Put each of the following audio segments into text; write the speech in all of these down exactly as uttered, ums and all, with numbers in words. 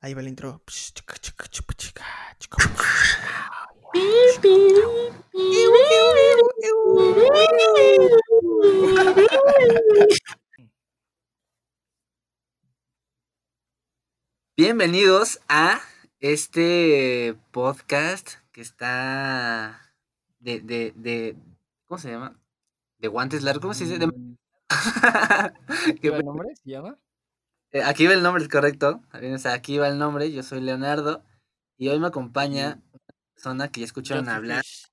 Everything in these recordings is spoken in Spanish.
Ahí va el intro. Bienvenidos a este podcast que está de, de, de ¿cómo se llama? De guantes largos, ¿cómo se dice? De... ¿Aquí Qué va el pe- nombre? ¿Se llama? eh, Aquí va el nombre, es correcto. O sea, aquí va el nombre, yo soy Leonardo y hoy me acompaña Y una persona que ya yo escucharon soy hablar. Fish.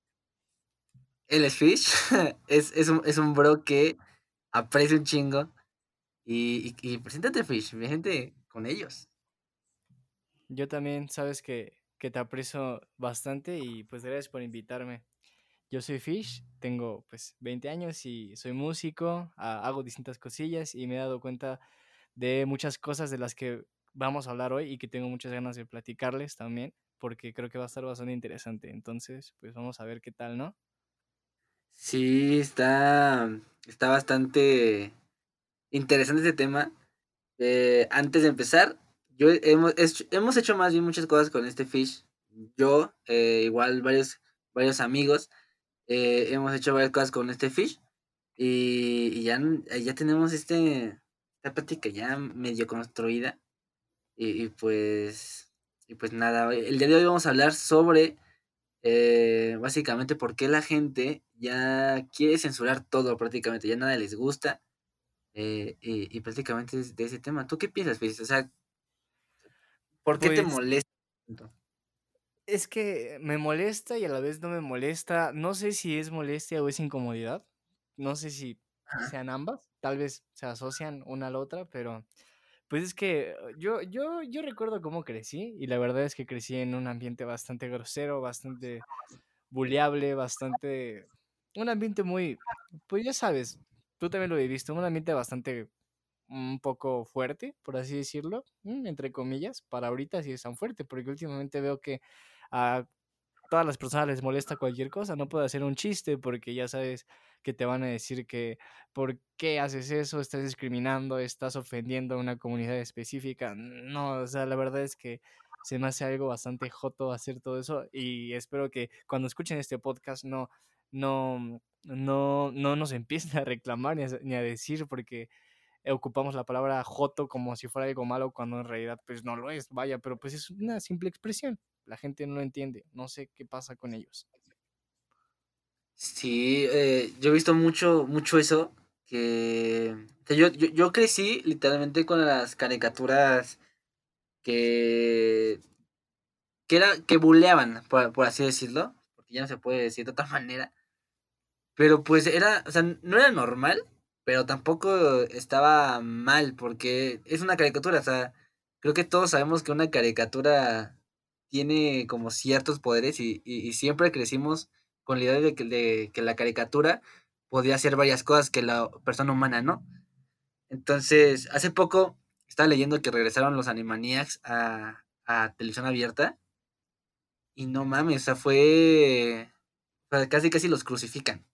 Él es Fish, es, es, un, es un bro que aprecio un chingo y, y, y preséntate Fish, mi gente con ellos. Yo también, sabes que, que te aprecio bastante y pues gracias por invitarme. Yo soy Fish, tengo pues veinte años y soy músico, ah, hago distintas cosillas y me he dado cuenta de muchas cosas de las que vamos a hablar hoy y que tengo muchas ganas de platicarles también, porque creo que va a estar bastante interesante. Entonces, pues vamos a ver qué tal, ¿no? Sí, está, está bastante interesante este tema. Eh, antes de empezar, yo hemos, hecho- hemos hecho más bien muchas cosas con este Fish. Yo, eh, igual varios, varios amigos, eh, hemos hecho varias cosas con este Fish. Y, y ya, ya tenemos este, esta plática ya medio construida. Y, y pues, y pues nada, el día de hoy vamos a hablar sobre eh, básicamente por qué la gente ya quiere censurar todo prácticamente, ya nada les gusta. Eh, y, y prácticamente es de ese tema. ¿Tú qué piensas, Fis? O sea, ¿por qué te Pues molesta tanto? es que me molesta y a la vez no me molesta. No sé si es molestia o es incomodidad. No sé si Ajá. sean ambas. Tal vez se asocian una a la otra, pero pues es que eh, yo, yo, yo recuerdo cómo crecí y la verdad es que crecí en un ambiente bastante grosero, bastante buleable, bastante... Un ambiente muy, pues ya sabes, tú también lo viviste, un ambiente bastante un poco fuerte, por así decirlo, mm, entre comillas, para ahorita sí es tan fuerte, porque últimamente veo que a todas las personas les molesta cualquier cosa, no puedo hacer un chiste porque ya sabes que te van a decir que ¿por qué haces eso? Estás discriminando, estás ofendiendo a una comunidad específica. No, o sea, la verdad es que se me hace algo bastante joto hacer todo eso y espero que cuando escuchen este podcast no, no, no, no nos empiecen a reclamar ni a, ni a decir porque ocupamos la palabra joto como si fuera algo malo cuando en realidad pues no lo es, vaya, pero pues es una simple expresión. La gente no lo entiende, no sé qué pasa con ellos. Sí, eh, yo he visto mucho, mucho eso, que o sea, yo, yo, yo crecí literalmente con las caricaturas que, que era, que buleaban, por, por así decirlo, porque ya no se puede decir de otra manera, pero pues era, o sea, no era normal, pero tampoco estaba mal, porque es una caricatura, o sea, creo que todos sabemos que una caricatura tiene como ciertos poderes y, y, y siempre crecimos con la idea de que, de que la caricatura podía hacer varias cosas que la persona humana no. Entonces, hace poco estaba leyendo que regresaron los Animaniacs a, a televisión abierta y no mames, o sea, fue, o sea, casi casi los crucifican.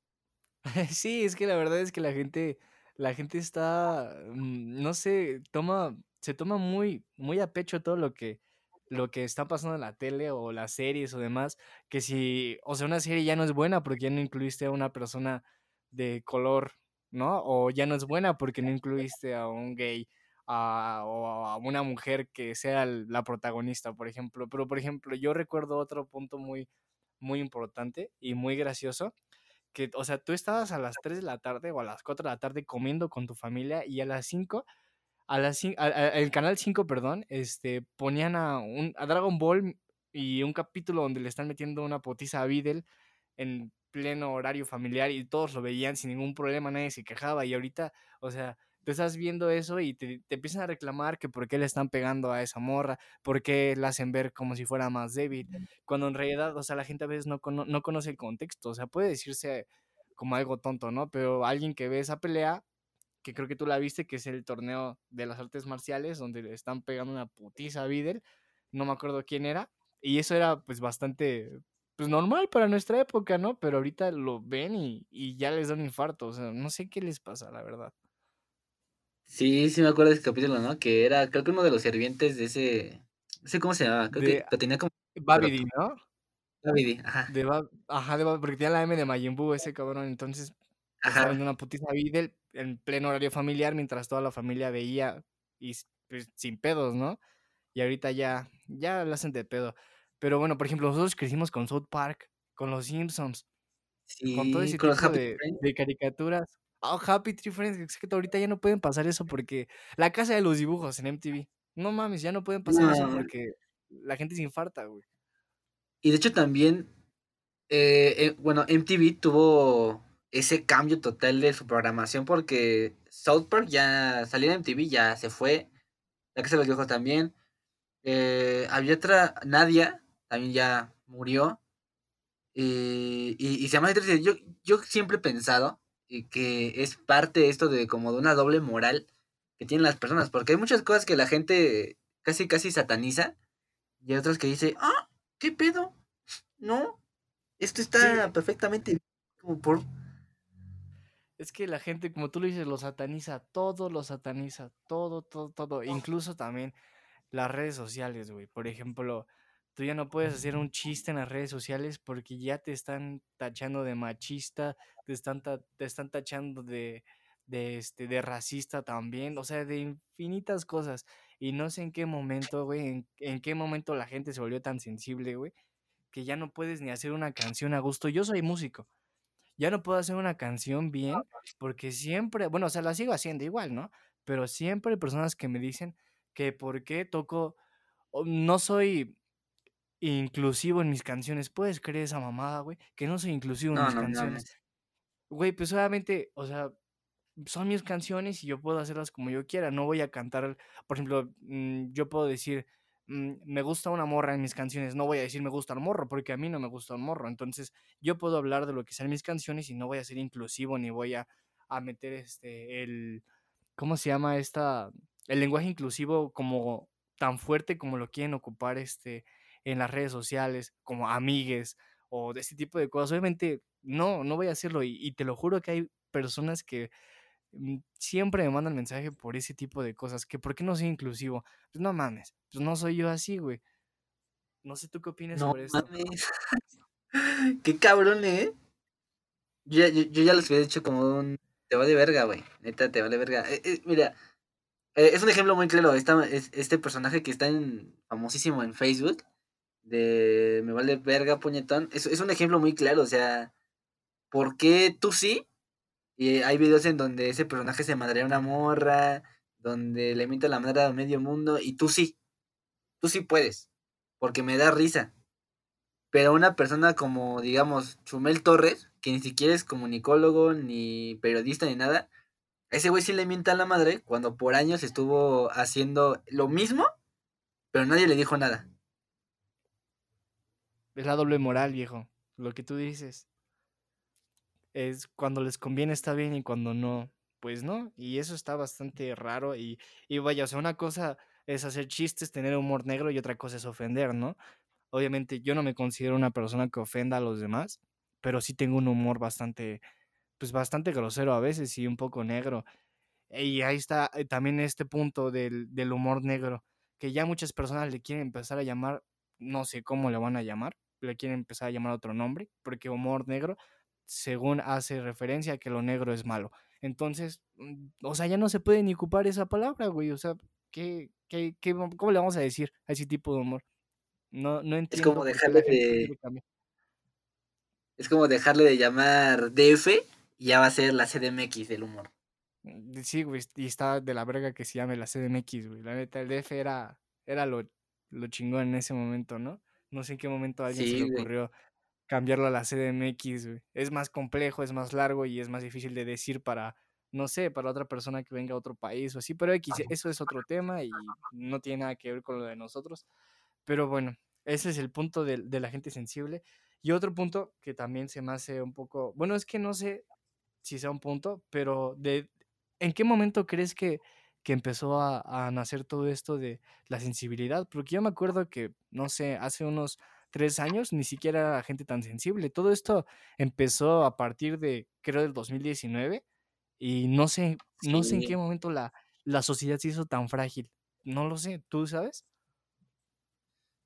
Sí, es que la verdad es que la gente, la gente está, mm, no sé, toma, se toma muy, muy a pecho todo lo que, lo que está pasando en la tele o las series o demás, que si, o sea, una serie ya no es buena porque ya no incluiste a una persona de color, ¿no? O ya no es buena porque no incluiste a un gay, a- o a una mujer que sea el- la protagonista, por ejemplo. Pero, por ejemplo, yo recuerdo otro punto muy, muy importante y muy gracioso que, o sea, tú estabas a las tres de la tarde o a las cuatro de la tarde comiendo con tu familia y a las cinco a las cin- a- a- el canal cinco perdón, este, ponían a, un, a Dragon Ball y un capítulo donde le están metiendo una potiza a Videl en pleno horario familiar y todos lo veían sin ningún problema, nadie se quejaba y ahorita, o sea, tú estás viendo eso y te, te empiezan a reclamar que por qué le están pegando a esa morra, por qué la hacen ver como si fuera más débil, cuando en realidad, o sea, la gente a veces no, cono- no conoce el contexto, o sea, puede decirse como algo tonto, ¿no? Pero alguien que ve esa pelea que creo que tú la viste, que es el torneo de las artes marciales, donde le están pegando una putiza a Videl, no me acuerdo quién era, y eso era pues bastante, pues normal para nuestra época, ¿no? Pero ahorita lo ven y, y ya les da un infarto, o sea, no sé qué les pasa, la verdad. Sí, sí me acuerdo de ese capítulo, ¿no? Que era, creo que uno de los sirvientes de ese, No sé cómo se llamaba, creo que De pero tenía como Babidi, Croto. ¿no? Babidi, ajá. De Bab ajá, de Bab porque tenía la M de Majin Buu ese cabrón, entonces, pues, estaba Ajá. viendo una putiza a Videl en pleno horario familiar, mientras toda la familia veía y s pues, sin pedos, ¿no? Y ahorita ya ya la hacen de pedo. Pero bueno, por ejemplo, nosotros crecimos con South Park, con Los Simpsons, con todo Sí, ese con los tipo Happy de Friends. de caricaturas. Ah, Happy Tree Friends, exacto, ahorita ya no pueden pasar eso porque La Casa de los Dibujos en M T V. No mames, ya no pueden pasar eso No, porque la gente se infarta, güey. y de hecho también, eh, eh, bueno, M T V tuvo ese cambio total de su programación porque South Park ya salió de M T V, ya se fue, La Casa de los Dibujos también. Eh, había otra, Nadia, también ya murió. Y, y, y se llama triste. Yo, yo siempre he pensado eh, que es parte esto de como de una doble moral que tienen las personas, porque hay muchas cosas que la gente casi casi sataniza y hay otras que dice, ah, ¿qué pedo? No, esto Sí, está perfectamente bien", como por... es que la gente, como tú lo dices, lo sataniza, todo lo sataniza, todo, todo, todo, incluso también las redes sociales, güey. Por ejemplo, tú ya no puedes hacer un chiste en las redes sociales porque ya te están tachando de machista, te están, ta- te están tachando de, de, este, de racista también, o sea, de infinitas cosas. Y no sé en qué momento, güey, en, en qué momento la gente se volvió tan sensible, güey, que ya no puedes ni hacer una canción a gusto. Yo soy músico, ya no puedo hacer una canción bien porque siempre, bueno, o sea, la sigo haciendo igual, ¿no? Pero siempre hay personas que me dicen que por qué toco, o no soy inclusivo en mis canciones. ¿Puedes creer esa mamada, güey? Que no soy inclusivo en No, mis no canciones. mames. Güey, pues obviamente, o sea, son mis canciones y yo puedo hacerlas como yo quiera. No voy a cantar, por ejemplo, mm, yo puedo decir, mm, me gusta una morra en mis canciones. No voy a decir me gusta un morro, porque a mí no me gusta un morro. Entonces, yo puedo hablar de lo que sean mis canciones y no voy a ser inclusivo ni voy a, a meter este, el, ¿cómo se llama esta? El lenguaje inclusivo como tan fuerte como lo quieren ocupar este, en las redes sociales, como amigues o de este tipo de cosas. Obviamente, no, no voy a hacerlo y, y te lo juro que hay personas que mm, siempre me mandan mensaje por ese tipo de cosas, que por qué no soy inclusivo. Pues no mames, pues no soy yo así, güey. No sé tú qué opinas No sobre esto. mames. Qué cabrón, ¿eh? Yo, ya- yo, yo ya los había dicho como un... Te vale verga, güey. Neta, te vale verga. Eh, eh, mira, eh, es un ejemplo muy claro. Esta, es, este personaje que está en, famosísimo en Facebook, de me vale verga, puñetón. Es, es un ejemplo muy claro. O sea, ¿por qué tú sí? Y hay videos en donde ese personaje se madrea a una morra, donde le mienta la madre a medio mundo, y tú sí. Tú sí puedes. Porque me da risa. Pero una persona como, digamos, Chumel Torres, que ni siquiera es comunicólogo, ni periodista, ni nada, a ese güey sí le mienta a la madre cuando por años estuvo haciendo lo mismo, pero nadie le dijo nada. Es la doble moral, viejo. Lo que tú dices es cuando les conviene está bien y cuando no, pues no. Y eso está bastante raro. Y, y vaya, o sea, una cosa es hacer chistes, tener humor negro y otra cosa es ofender, ¿no? Obviamente yo no me considero una persona que ofenda a los demás, pero sí tengo un humor bastante, pues bastante grosero a veces y un poco negro. Y ahí está eh, también este punto del, del humor negro, que ya muchas personas le quieren empezar a llamar, no sé cómo le van a llamar, le quieren empezar a llamar otro nombre, porque humor negro, según hace referencia a que lo negro es malo. Entonces, mm, o sea, ya no se puede ni ocupar esa palabra, güey. O sea, ¿qué, qué, qué, ¿cómo le vamos a decir a ese tipo de humor? No, no Es como entiendo por qué dejarle la gente de, quiere cambiar. es como dejarle de llamar D F y ya va a ser la C D M X del humor. Mm, sí, güey, y está de la verga que se llame la C D M X, güey. La neta, el D F era, era lo, lo chingón en ese momento, ¿no? No sé en qué momento a alguien se le Sí, güey. ocurrió cambiarlo a la C D M X, güey. Es más complejo, es más largo y es más difícil de decir para, no sé, para otra persona que venga a otro país o así. Pero X, eso es otro tema y no tiene nada que ver con lo de nosotros. Pero bueno, ese es el punto de, de la gente sensible. Y otro punto que también se me hace un poco, bueno, es que no sé si sea un punto, pero de, ¿en qué momento crees que, que empezó a, a nacer todo esto de la sensibilidad? Porque yo me acuerdo que, no sé, hace unos tres años ni siquiera era gente tan sensible. Todo esto empezó a partir de, creo, del dos mil diecinueve y no sé, no sé en qué Sí. momento la, la sociedad se hizo tan frágil. No lo sé, ¿tú sabes?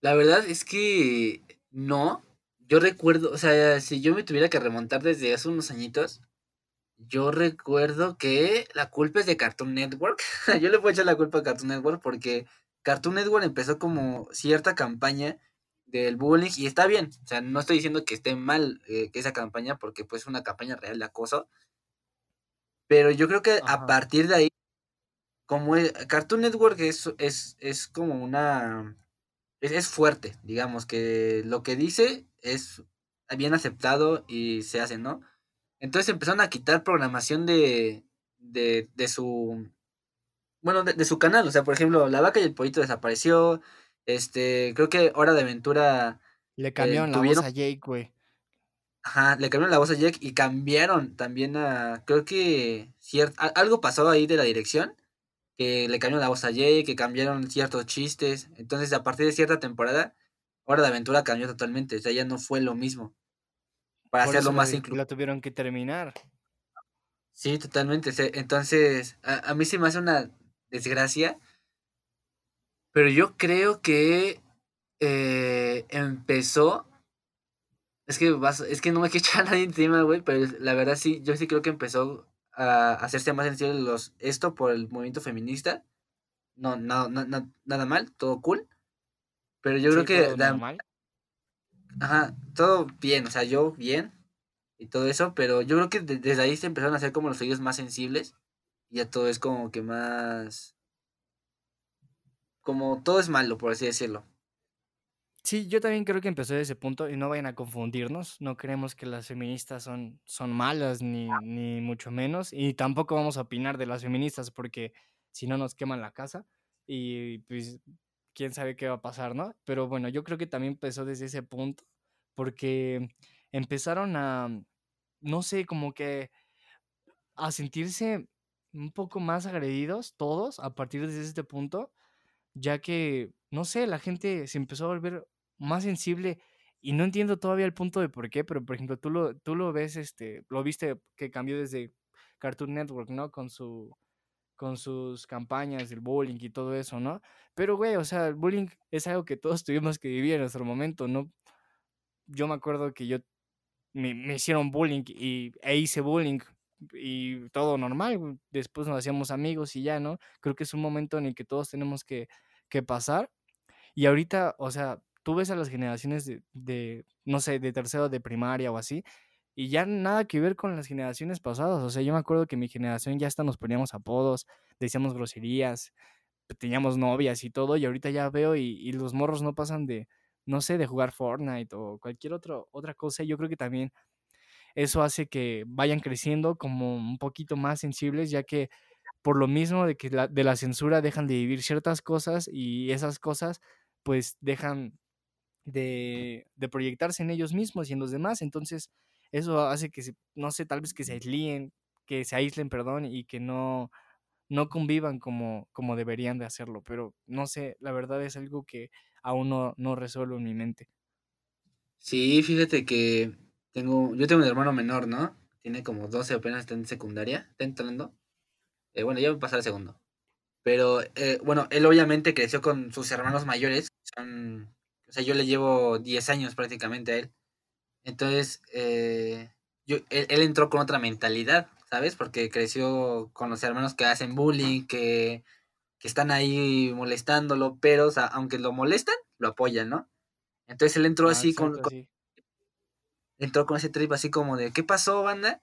La verdad es que no. Yo recuerdo, o sea, si yo me tuviera que remontar desde hace unos añitos, yo recuerdo que la culpa es de Cartoon Network. Yo le puedo echar la culpa a Cartoon Network porque Cartoon Network empezó como cierta campaña del bullying y está bien. O sea, no estoy diciendo que esté mal eh, que esa campaña porque pues es una campaña real de acoso. Pero yo creo que a Ajá. partir de ahí, como el- Cartoon Network es, es, es como una es, es fuerte, digamos, que lo que dice es bien aceptado y se hace, ¿no? Entonces empezaron a quitar programación de, de, de su, bueno, de, de su canal, o sea, por ejemplo, La Vaca y el Pollito desapareció, este, creo que Hora de Aventura Le eh, cambiaron la voz tuvieron, a Jake, güey. ajá, le cambiaron la voz a Jack y cambiaron también a, creo que cier- a- algo pasó ahí de la dirección, que le cambiaron la voz a Jake, que cambiaron ciertos chistes. Entonces, a partir de cierta temporada, Hora de Aventura cambió totalmente. O sea, ya no fue lo mismo. Para Por hacerlo eso la, más di- inclusivo. la tuvieron que terminar. Sí, totalmente. Se- Entonces, a, a mí sí me hace una desgracia. Pero yo creo que eh, empezó. Es que vas, es que no me quiero echar a nadie encima, güey. Pero la verdad sí, yo sí creo que empezó a hacerse más sensible los, esto por el movimiento feminista. No, no, no, no, nada mal, todo cool. Pero yo creo Sí, que todo da- normal. ajá, todo bien, o sea, yo bien y todo eso, pero yo creo que de- desde ahí se empezaron a hacer como los oídos más sensibles y ya todo es como que más, como todo es malo, por así decirlo. Sí, yo también creo que empezó de ese punto y no vayan a confundirnos. No creemos que las feministas son, son malas, ni, ni mucho menos. Y tampoco vamos a opinar de las feministas porque si no nos queman la casa y pues quién sabe qué va a pasar, ¿no? Pero bueno, yo creo que también empezó desde ese punto porque empezaron a, no sé, como que a sentirse un poco más agredidos todos a partir de este punto, ya que, no sé, la gente se empezó a volver más sensible y no entiendo todavía el punto de por qué, pero por ejemplo, tú lo, tú lo ves, este, lo viste que cambió desde Cartoon Network, ¿no? Con su, con sus campañas del bullying y todo eso, ¿no? Pero, güey, o sea, el bullying es algo que todos tuvimos que vivir en nuestro momento, ¿no? Yo me acuerdo que yo me, me hicieron bullying y, e hice bullying y todo normal, güey. Después nos hacíamos amigos y ya, ¿no? Creo que es un momento en el que todos tenemos que, que pasar. Y ahorita, o sea, tú ves a las generaciones de, de, no sé, de tercero de primaria o así, y ya nada que ver con las generaciones pasadas. O sea, yo me acuerdo que mi generación ya hasta nos poníamos apodos, decíamos groserías, teníamos novias y todo, y ahorita ya veo y, y los morros no pasan de, no sé, de jugar Fortnite o cualquier otro, otra cosa. Yo creo que también eso hace que vayan creciendo como un poquito más sensibles, ya que por lo mismo de que la, de la censura dejan de vivir ciertas cosas y esas cosas pues dejan de, de proyectarse en ellos mismos y en los demás. Entonces eso hace que, se, no sé, tal vez que se aíslen, que se aíslen, perdón, y que no, no convivan como, como deberían de hacerlo. Pero no sé, la verdad es algo que aún no, no resuelvo en mi mente. Sí, fíjate que tengo, yo tengo un hermano menor, ¿no? Tiene como doce, apenas está en secundaria, está entrando. Eh, bueno, ya va a pasar al segundo. Pero, eh, bueno, él obviamente creció con sus hermanos mayores. Son, o sea, yo le llevo diez años prácticamente a él. Entonces, eh, yo, él, él entró con otra mentalidad, ¿sabes? Porque creció con los hermanos que hacen bullying, que, que están ahí molestándolo, pero, o sea, aunque lo molestan, lo apoyan, ¿no? Entonces él entró Ah, así con, exacto, con- sí. entró con ese trip así como de, ¿qué pasó, banda?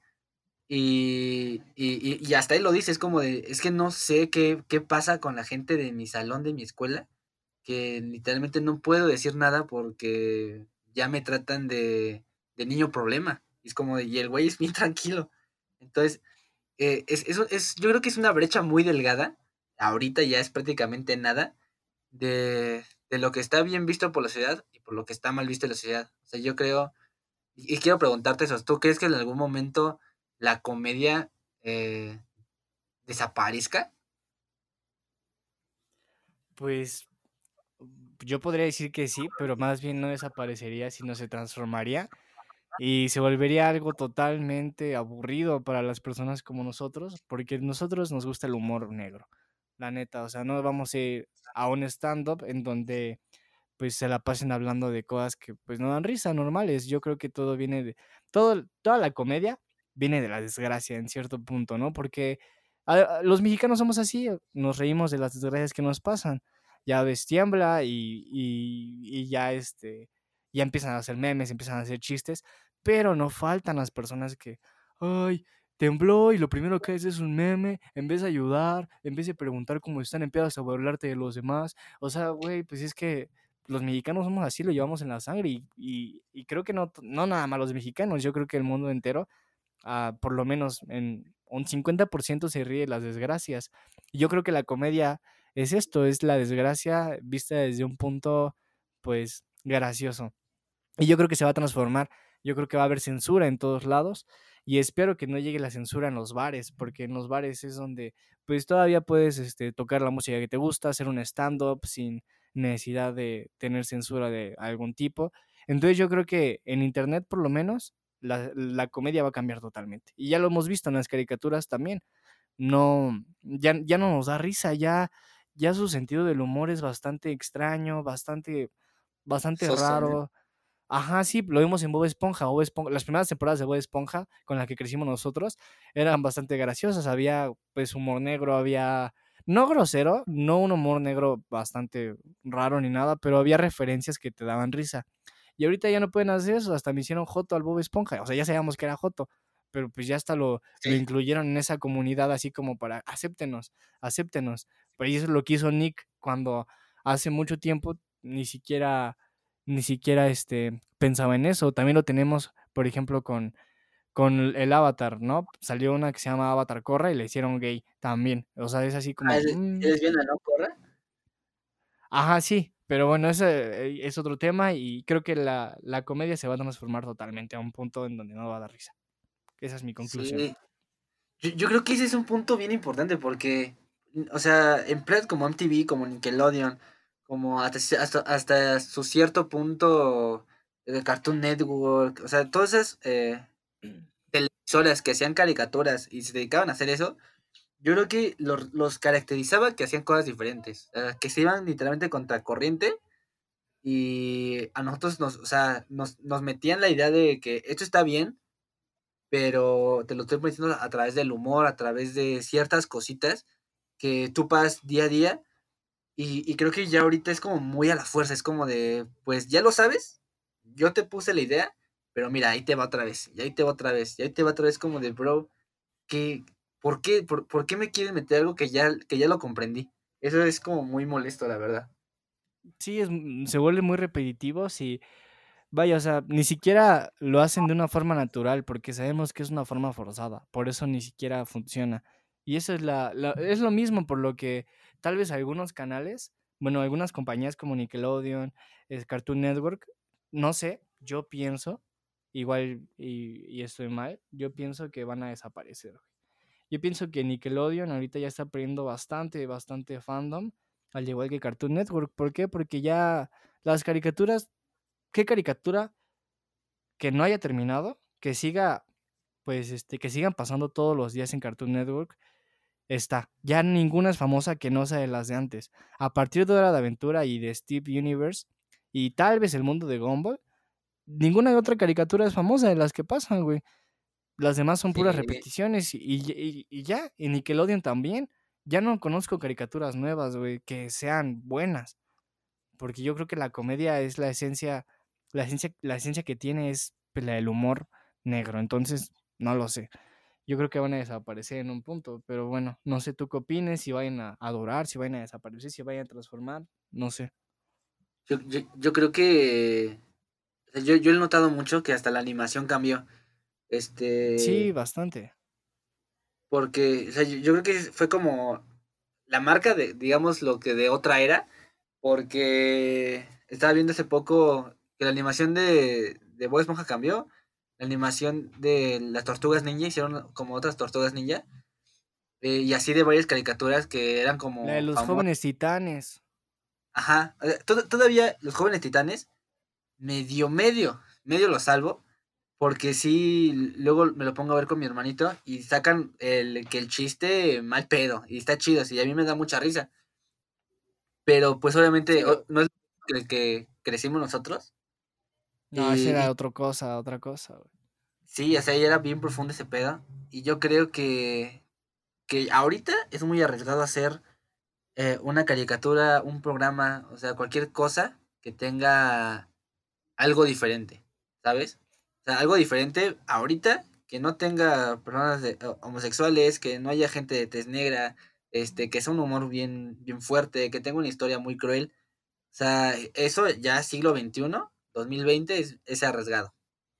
Y, y, y, y hasta él lo dice, es como de, es que no sé qué, qué pasa con la gente de mi salón, de mi escuela, que literalmente no puedo decir nada porque ya me tratan de, de niño problema. Y es como de, y el güey es bien tranquilo. Entonces, eh, es, es, es, yo creo que es una brecha muy delgada, ahorita ya es prácticamente nada, de, de lo que está bien visto por la sociedad y por lo que está mal visto en la sociedad. O sea, yo creo, y, y quiero preguntarte eso, ¿tú crees que en algún momento la comedia eh, desaparezca? Pues yo podría decir que sí, pero más bien no desaparecería, sino se transformaría y se volvería algo totalmente aburrido para las personas como nosotros, porque a nosotros nos gusta el humor negro, la neta, o sea, no vamos a ir a un stand-up en donde pues se la pasen hablando de cosas que pues no dan risa, normales. Yo creo que todo viene de, todo, toda la comedia viene de la desgracia en cierto punto, ¿no? Porque a- a- los mexicanos somos así, nos reímos de las desgracias que nos pasan. Ya ves, tiembla y, y, y ya este, ya empiezan a hacer memes, empiezan a hacer chistes, pero no faltan las personas que, ay, tembló y lo primero que haces es un meme, en vez de ayudar, en vez de preguntar cómo están, empiezas a burlarte de los demás. O sea, güey, pues es que los mexicanos somos así, lo llevamos en la sangre y, y, y creo que no, no nada más los mexicanos, yo creo que el mundo entero, ah, por lo menos en un cincuenta por ciento se ríe de las desgracias. Y yo creo que la comedia es esto, es la desgracia vista desde un punto, pues, gracioso. Y yo creo que se va a transformar. Yo creo que va a haber censura en todos lados y espero que no llegue la censura en los bares, porque en los bares es donde pues todavía puedes este, tocar la música que te gusta, hacer un stand-up sin necesidad de tener censura de algún tipo. Entonces yo creo que en internet por lo menos la, la comedia va a cambiar totalmente. Y ya lo hemos visto en las caricaturas también. No, ya, ya no nos da risa, ya, ya su sentido del humor es bastante extraño, bastante, bastante Soso, ¿no? raro. Ajá, sí, lo vimos en Bob Esponja. Bob Esponja. Las primeras temporadas de Bob Esponja, con las que crecimos nosotros, eran bastante graciosas. Había, pues, humor negro, había, no grosero, no un humor negro bastante raro ni nada, pero había referencias que te daban risa. Y ahorita ya no pueden hacer eso, hasta me hicieron Joto al Bob Esponja. O sea, ya sabíamos que era Joto, pero pues ya hasta lo, lo Sí. incluyeron en esa comunidad así como para, acéptenos, acéptenos. Pero eso es lo que hizo Nick cuando hace mucho tiempo ni siquiera ni siquiera este, pensaba en eso. También lo tenemos, por ejemplo, con, con el Avatar, ¿no? Salió una que se llama Avatar Korra y le hicieron gay también. O sea, es así Ah, como, eres, mm, eres bien, ¿no, Corra? ajá, sí, pero bueno, ese eh, es otro tema y creo que la, la comedia se va a transformar totalmente a un punto en donde no va a dar risa. Esa es mi conclusión. Sí. Yo, yo creo que ese es un punto bien importante porque, o sea, empresas como M T V, como Nickelodeon, como hasta, ci- hasta, hasta su cierto punto de Cartoon Network, o sea, todas esas eh, televisoras que hacían caricaturas y se dedicaban a hacer eso, yo creo que los, los caracterizaba que hacían cosas diferentes, eh, que se iban literalmente contra corriente y a nosotros nos, o sea, nos, nos metían la idea de que esto está bien, pero te lo estoy poniendo a través del humor, a través de ciertas cositas que tú pasas día a día y, y creo que ya ahorita es como muy a la fuerza, es como de, pues ya lo sabes, yo te puse la idea, pero mira, ahí te va otra vez, y ahí te va otra vez, y ahí te va otra vez como de, bro, ¿qué, por qué, por, por qué me quieres meter algo que ya, que ya lo comprendí? Eso es como muy molesto, la verdad. Sí, es, mm, se vuelve muy repetitivo si, vaya, o sea, ni siquiera lo hacen de una forma natural porque sabemos que es una forma forzada, por eso ni siquiera funciona. Y eso es la, la- es lo mismo por lo que tal vez algunos canales, bueno, algunas compañías como Nickelodeon, eh, Cartoon Network, no sé, yo pienso, igual y, y estoy mal, yo pienso que van a desaparecer. Yo pienso que Nickelodeon ahorita ya está perdiendo bastante, bastante fandom, al igual que Cartoon Network. ¿Por qué? Porque ya las caricaturas, ¿qué caricatura que no haya terminado, que siga, pues, este, que sigan pasando todos los días en Cartoon Network? Está. Ya ninguna es famosa que no sea de las de antes. A partir de Hora de Aventura y de Steve Universe, y tal vez el mundo de Gumball, ninguna otra caricatura es famosa de las que pasan, güey. Las demás son puras Sí, repeticiones y, y- y ya. Y Nickelodeon también. Ya no conozco caricaturas nuevas, güey, que sean buenas. Porque yo creo que la comedia es la esencia, la esencia, la esencia que tiene es pues, la del humor negro. Entonces, no lo sé. Yo creo que van a desaparecer en un punto. Pero bueno, no sé tú qué opines, si vayan a adorar, si vayan a desaparecer, si vayan a transformar. No sé. yo, yo, yo creo que, o sea, yo, yo he notado mucho que hasta la animación cambió. Sí, Este, bastante. porque, o sea, yo, yo creo que fue como la marca de, digamos, lo que de otra era, porque estaba viendo hace poco que la animación de, de Bob Esponja cambió, la animación de las tortugas ninja hicieron como otras tortugas ninja, eh, y así de varias caricaturas que eran La de como los famosas. jóvenes titanes. Ajá, eh, tod- todavía los jóvenes titanes, medio, medio, medio lo salvo, porque sí, luego me lo pongo a ver con mi hermanito y sacan el, que el chiste mal pedo, y está chido, y a mí me da mucha risa. Pero pues obviamente Sí, o- no es que, que crecimos nosotros. No, ese Y, era y otra cosa, otra cosa, güey. sí, o sea, ya era bien profundo ese pedo. Y yo creo que, que ahorita es muy arriesgado hacer eh, una caricatura, un programa, o sea, cualquier cosa que tenga algo diferente, ¿sabes? O sea, algo diferente ahorita que no tenga personas de- ho- homosexuales, que no haya gente de tez negra, este, que sea un humor bien, bien fuerte, que tenga una historia muy cruel. O sea, eso ya siglo veintiuno, dos mil veinte es, es arriesgado.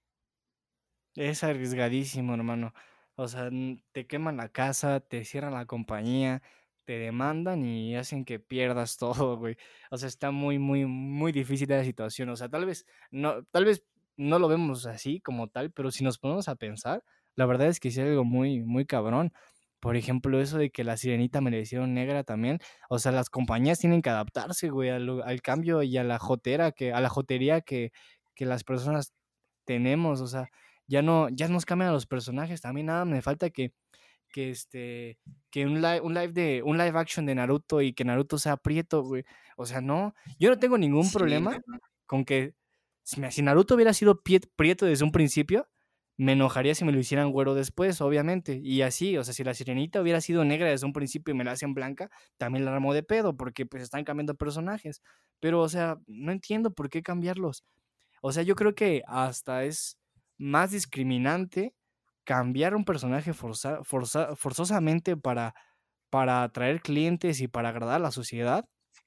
Es arriesgadísimo, hermano. O sea, n- te queman la casa, te cierran la compañía, te demandan y hacen que pierdas todo, güey. O sea, está muy, muy, muy difícil la situación. O sea, tal vez no, tal vez no lo vemos así como tal, pero si nos ponemos a pensar, la verdad es que sí es algo muy, muy cabrón. Por ejemplo, eso de que la sirenita me la hicieron negra también. O sea, las compañías tienen que adaptarse, güey, al, al cambio y a la jotera que, a la jotería que, que las personas tenemos. O sea, ya no, ya nos cambian los personajes. También nada, me falta que, que este, que un live, un live de, un live action de Naruto y que Naruto sea prieto, güey. O sea, no, yo no tengo ningún Sí, problema no. con que si, me- si Naruto hubiera sido pie- prieto desde un principio, me enojaría si me lo hicieran güero después, obviamente. Y así, o sea, si la sirenita hubiera sido negra desde un principio y me la hacen blanca, también la armo de pedo, porque pues están cambiando personajes. Pero, o sea, no entiendo por qué cambiarlos. O sea, yo creo que hasta es más discriminante cambiar un personaje forza- forza- forzosamente para, para atraer clientes y para agradar a la sociedad,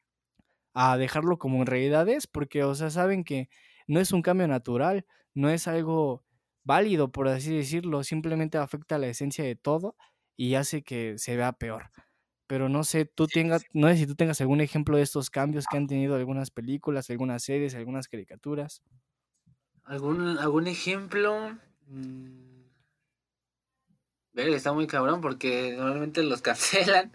a dejarlo como en realidad es, porque, o sea, saben que no es un cambio natural, no es algo válido, por así decirlo, simplemente afecta la esencia de todo y hace que se vea peor. Pero no sé, tú tengas, no sé si tú tengas algún ejemplo de estos cambios que han tenido algunas películas, algunas series, algunas caricaturas. ¿Algún, algún ejemplo? Mm, Verga, está muy cabrón porque normalmente los cancelan.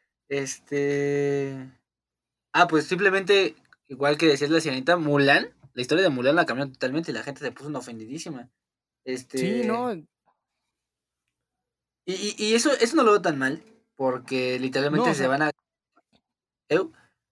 Este. Ah, pues simplemente, igual que decías la sirenita, Mulan. La historia de Mulan la cambió totalmente y la gente se puso una ofendidísima. Sí, Este. no, Y, y, y eso, eso no lo veo tan mal. Porque no, literalmente o se sea, van a. Eu,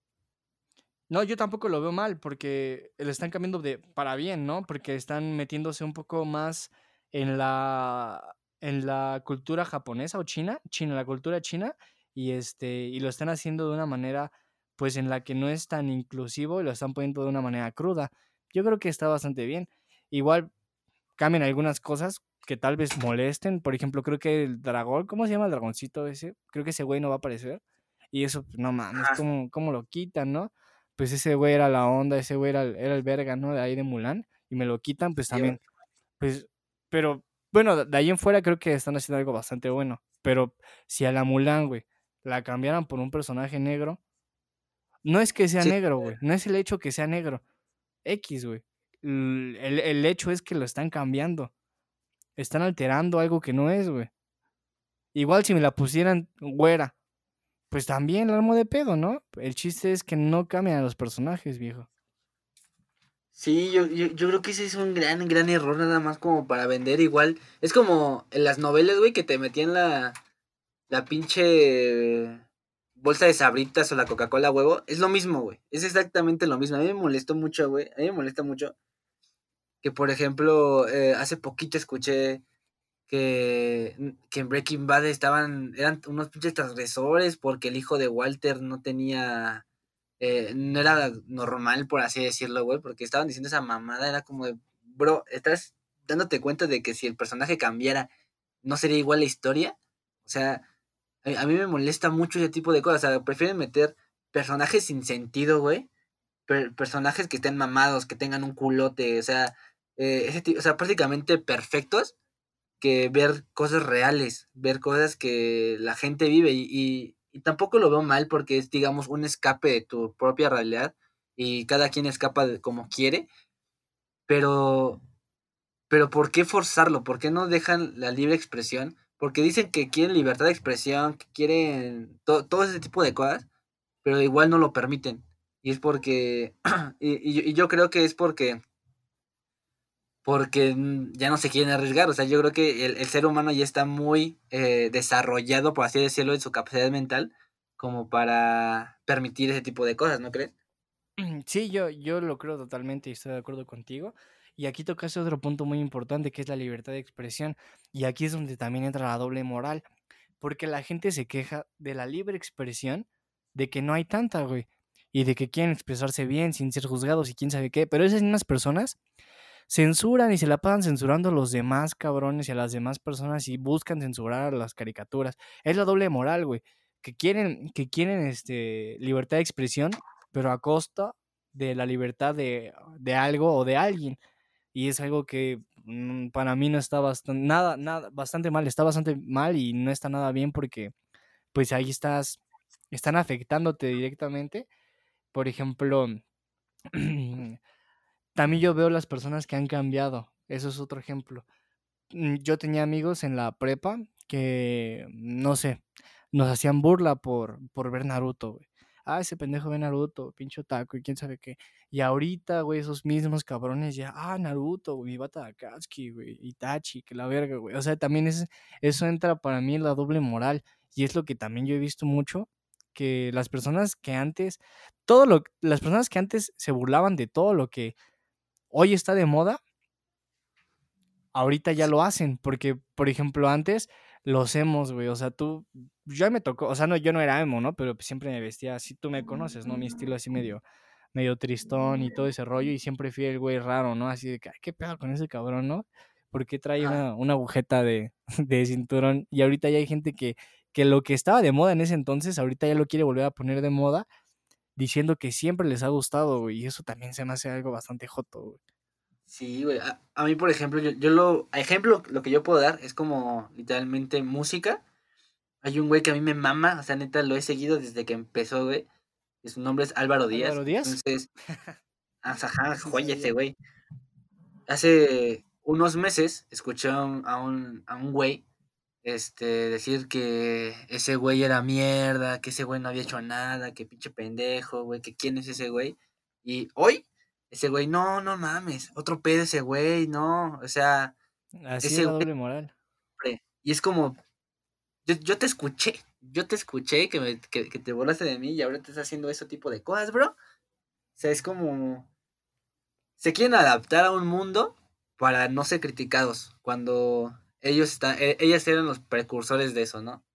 no, yo tampoco lo veo mal porque le están cambiando de para bien, ¿no? Porque están metiéndose un poco más en la en la cultura japonesa o china, china, la cultura china y este y lo están haciendo de una manera pues en la que no es tan inclusivo y lo están poniendo de una manera cruda. Yo creo que está bastante bien. Igual cambian algunas cosas que tal vez molesten, por ejemplo, creo que el dragón, ¿cómo se llama el dragoncito ese? Creo que ese güey no va a aparecer. Y eso, pues, no mames, ajá, ¿cómo, cómo lo quitan, no? Pues ese güey era la onda, ese güey era, el- era el verga, ¿no? De ahí de Mulan, y me lo quitan, pues sí, también, pues, pero, bueno, de ahí en fuera creo que están haciendo algo bastante bueno, pero si a la Mulan, güey, la cambiaran por un personaje negro, no es que sea sí, negro, güey, no es el hecho que sea negro, X, güey, el, el el hecho es que lo están cambiando, están alterando algo que no es, güey. Igual si me la pusieran güera, pues también la armo de pedo, ¿no? El chiste es que no cambian a los personajes, viejo. sí, yo, yo, yo creo que ese es un gran, gran error nada más como para vender igual. Es como en las novelas, güey, que te metían la, la pinche bolsa de sabritas o la Coca-Cola huevo. Es lo mismo, güey. Es exactamente lo mismo. A mí me molestó mucho, güey. A mí me molesta mucho que, por ejemplo, eh, hace poquito escuché que, que en Breaking Bad estaban, eran unos pinches transgresores porque el hijo de Walter no tenía, eh, no era normal, por así decirlo, güey, porque estaban diciendo esa mamada, era como de, bro, estás dándote cuenta de que si el personaje cambiara, no sería igual la historia. O sea, a, a mí me molesta mucho ese tipo de cosas, o sea, prefieren meter personajes sin sentido, güey, per- personajes que estén mamados, que tengan un culote, o sea, eh, ese ti- o sea, prácticamente perfectos que ver cosas reales, ver cosas que la gente vive y, y, y tampoco lo veo mal porque es, digamos, un escape de tu propia realidad y cada quien escapa de como quiere, pero, pero ¿por qué forzarlo? ¿Por qué no dejan la libre expresión? Porque dicen que quieren libertad de expresión, que quieren to- todo ese tipo de cosas, pero igual no lo permiten. Y es porque, y, y yo- y yo creo que es porque porque mm, ya no se quieren arriesgar. O sea, yo creo que el, el ser humano ya está muy eh, desarrollado, por así decirlo, en su capacidad mental, como para permitir ese tipo de cosas, ¿no crees? Sí, yo, yo lo creo totalmente y estoy de acuerdo contigo. Y aquí tocaste otro punto muy importante que es la libertad de expresión. Y aquí es donde también entra la doble moral, porque la gente se queja de la libre expresión, de que no hay tanta, güey, y de que quieren expresarse bien sin ser juzgados y quién sabe qué. Pero esas mismas personas censuran y se la pasan censurando a los demás cabrones y a las demás personas y buscan censurar a las caricaturas. Es la doble moral, güey. Que quieren, que quieren este, libertad de expresión, pero a costa de la libertad de, de algo o de alguien. Y es algo que mm, para mí no está bastante, nada, nada, bastante mal, está bastante mal y no está nada bien porque pues ahí estás, están afectándote directamente. Por ejemplo, también yo veo las personas que han cambiado. Eso es otro ejemplo. Mm, Yo tenía amigos en la prepa que, no sé, nos hacían burla por, por ver Naruto, güey. Ah, ese pendejo ve Naruto, pinche otaku y quién sabe qué. Y ahorita, güey, esos mismos cabrones ya, ah, Naruto, güey, mi bata Akatsuki, güey, Itachi, que la verga, güey. O sea, también es, eso entra para mí en la doble moral. Y es lo que también yo he visto mucho, que las personas que antes, todo lo, las personas que antes se burlaban de todo lo que hoy está de moda, ahorita ya lo hacen, porque, por ejemplo, antes los emos, güey, o sea, tú, ya me tocó, o sea, no, yo no era emo, ¿no? Pero pues siempre me vestía así, tú me conoces, ¿no? Mi estilo así medio, medio tristón y todo ese rollo, y siempre fui el güey raro, ¿no? Así de que, "Ay, ¿qué pedo con ese cabrón, no? ¿Por qué trae Ajá. una, una agujeta de, de cinturón?" Y ahorita ya hay gente que, que lo que estaba de moda en ese entonces, ahorita ya lo quiere volver a poner de moda, diciendo que siempre les ha gustado, güey, y eso también se me hace algo bastante joto, güey. Sí, güey. A, a mí, por ejemplo, yo, yo lo. Ejemplo, lo que yo puedo dar es como literalmente música. Hay un güey que a mí me mama, o sea, neta, lo he seguido desde que empezó, güey. Y su nombre es Álvaro Díaz. Álvaro Díaz, Entonces, ajá, sí joya ese sabía. güey. Hace unos meses escuché a un, a un, a un güey este, decir que ese güey era mierda, que ese güey no había hecho nada, que pinche pendejo, güey, que quién es ese güey. Y hoy, ese güey, no, no mames, otro pedo ese güey, no, o sea, Así es ese la güey, doble moral. hombre. Y es como, yo, yo te escuché, yo te escuché que, me, que, que te burlaste de mí y ahora te estás haciendo ese tipo de cosas, bro. O sea, es como, se quieren adaptar a un mundo para no ser criticados, cuando ellos están, e- ellas eran los precursores de eso, ¿no?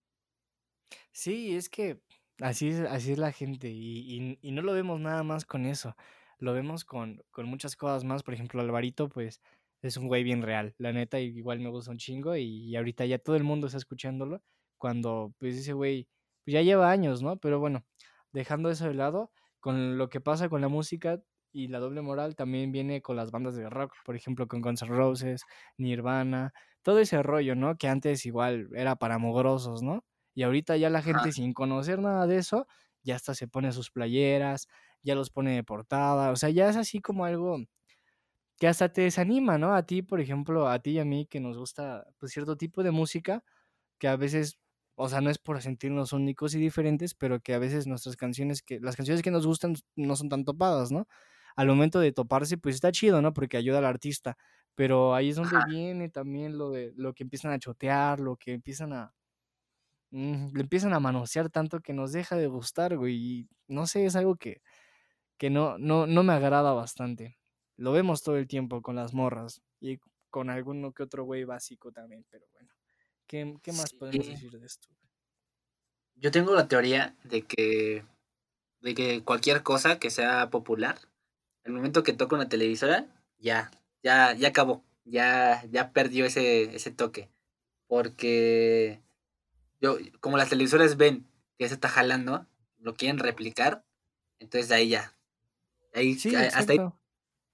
Sí, es que así es, así es la gente y, y- y no lo vemos nada más con eso, lo vemos con, con muchas cosas más. Por ejemplo, Alvarito, pues es un güey bien real, la neta, y igual me gusta un chingo y, y ahorita ya todo el mundo está escuchándolo cuando pues ese güey pues, ya lleva años, ¿no? Pero bueno, dejando eso de lado, con lo que pasa con la música y la doble moral también viene con las bandas de rock, por ejemplo, con Guns N' Roses, Nirvana, todo ese rollo, ¿no? Que antes igual era para mugrosos, ¿no? Y ahorita ya la Ajá. gente sin conocer nada de eso, ya hasta se pone sus playeras, ya los pone de portada, o sea, ya es así como algo que hasta te desanima, ¿no? A ti, por ejemplo, a ti y a mí que nos gusta pues cierto tipo de música, que a veces, o sea, no es por sentirnos únicos y diferentes, pero que a veces nuestras canciones, que las canciones que nos gustan no son tan topadas, ¿no? Al momento de toparse, pues está chido, ¿no? Porque ayuda al artista, pero ahí es donde viene también lo de lo que empiezan a chotear, lo que empiezan a Mm, le empiezan a manosear tanto que nos deja de gustar, güey, y no sé, es algo que que no no no me agrada bastante. Lo vemos todo el tiempo con las morras y con alguno que otro güey básico también, pero bueno, ¿qué qué más podemos Sí. decir de esto? Yo tengo la teoría de que, de que cualquier cosa que sea popular, el momento que toca una televisora, ya, ya, ya acabó, ya, ya perdió ese, ese toque. Porque yo, como las televisoras ven que se está jalando, lo quieren replicar, entonces ahí ya, ahí, Sí, hasta ahí exacto.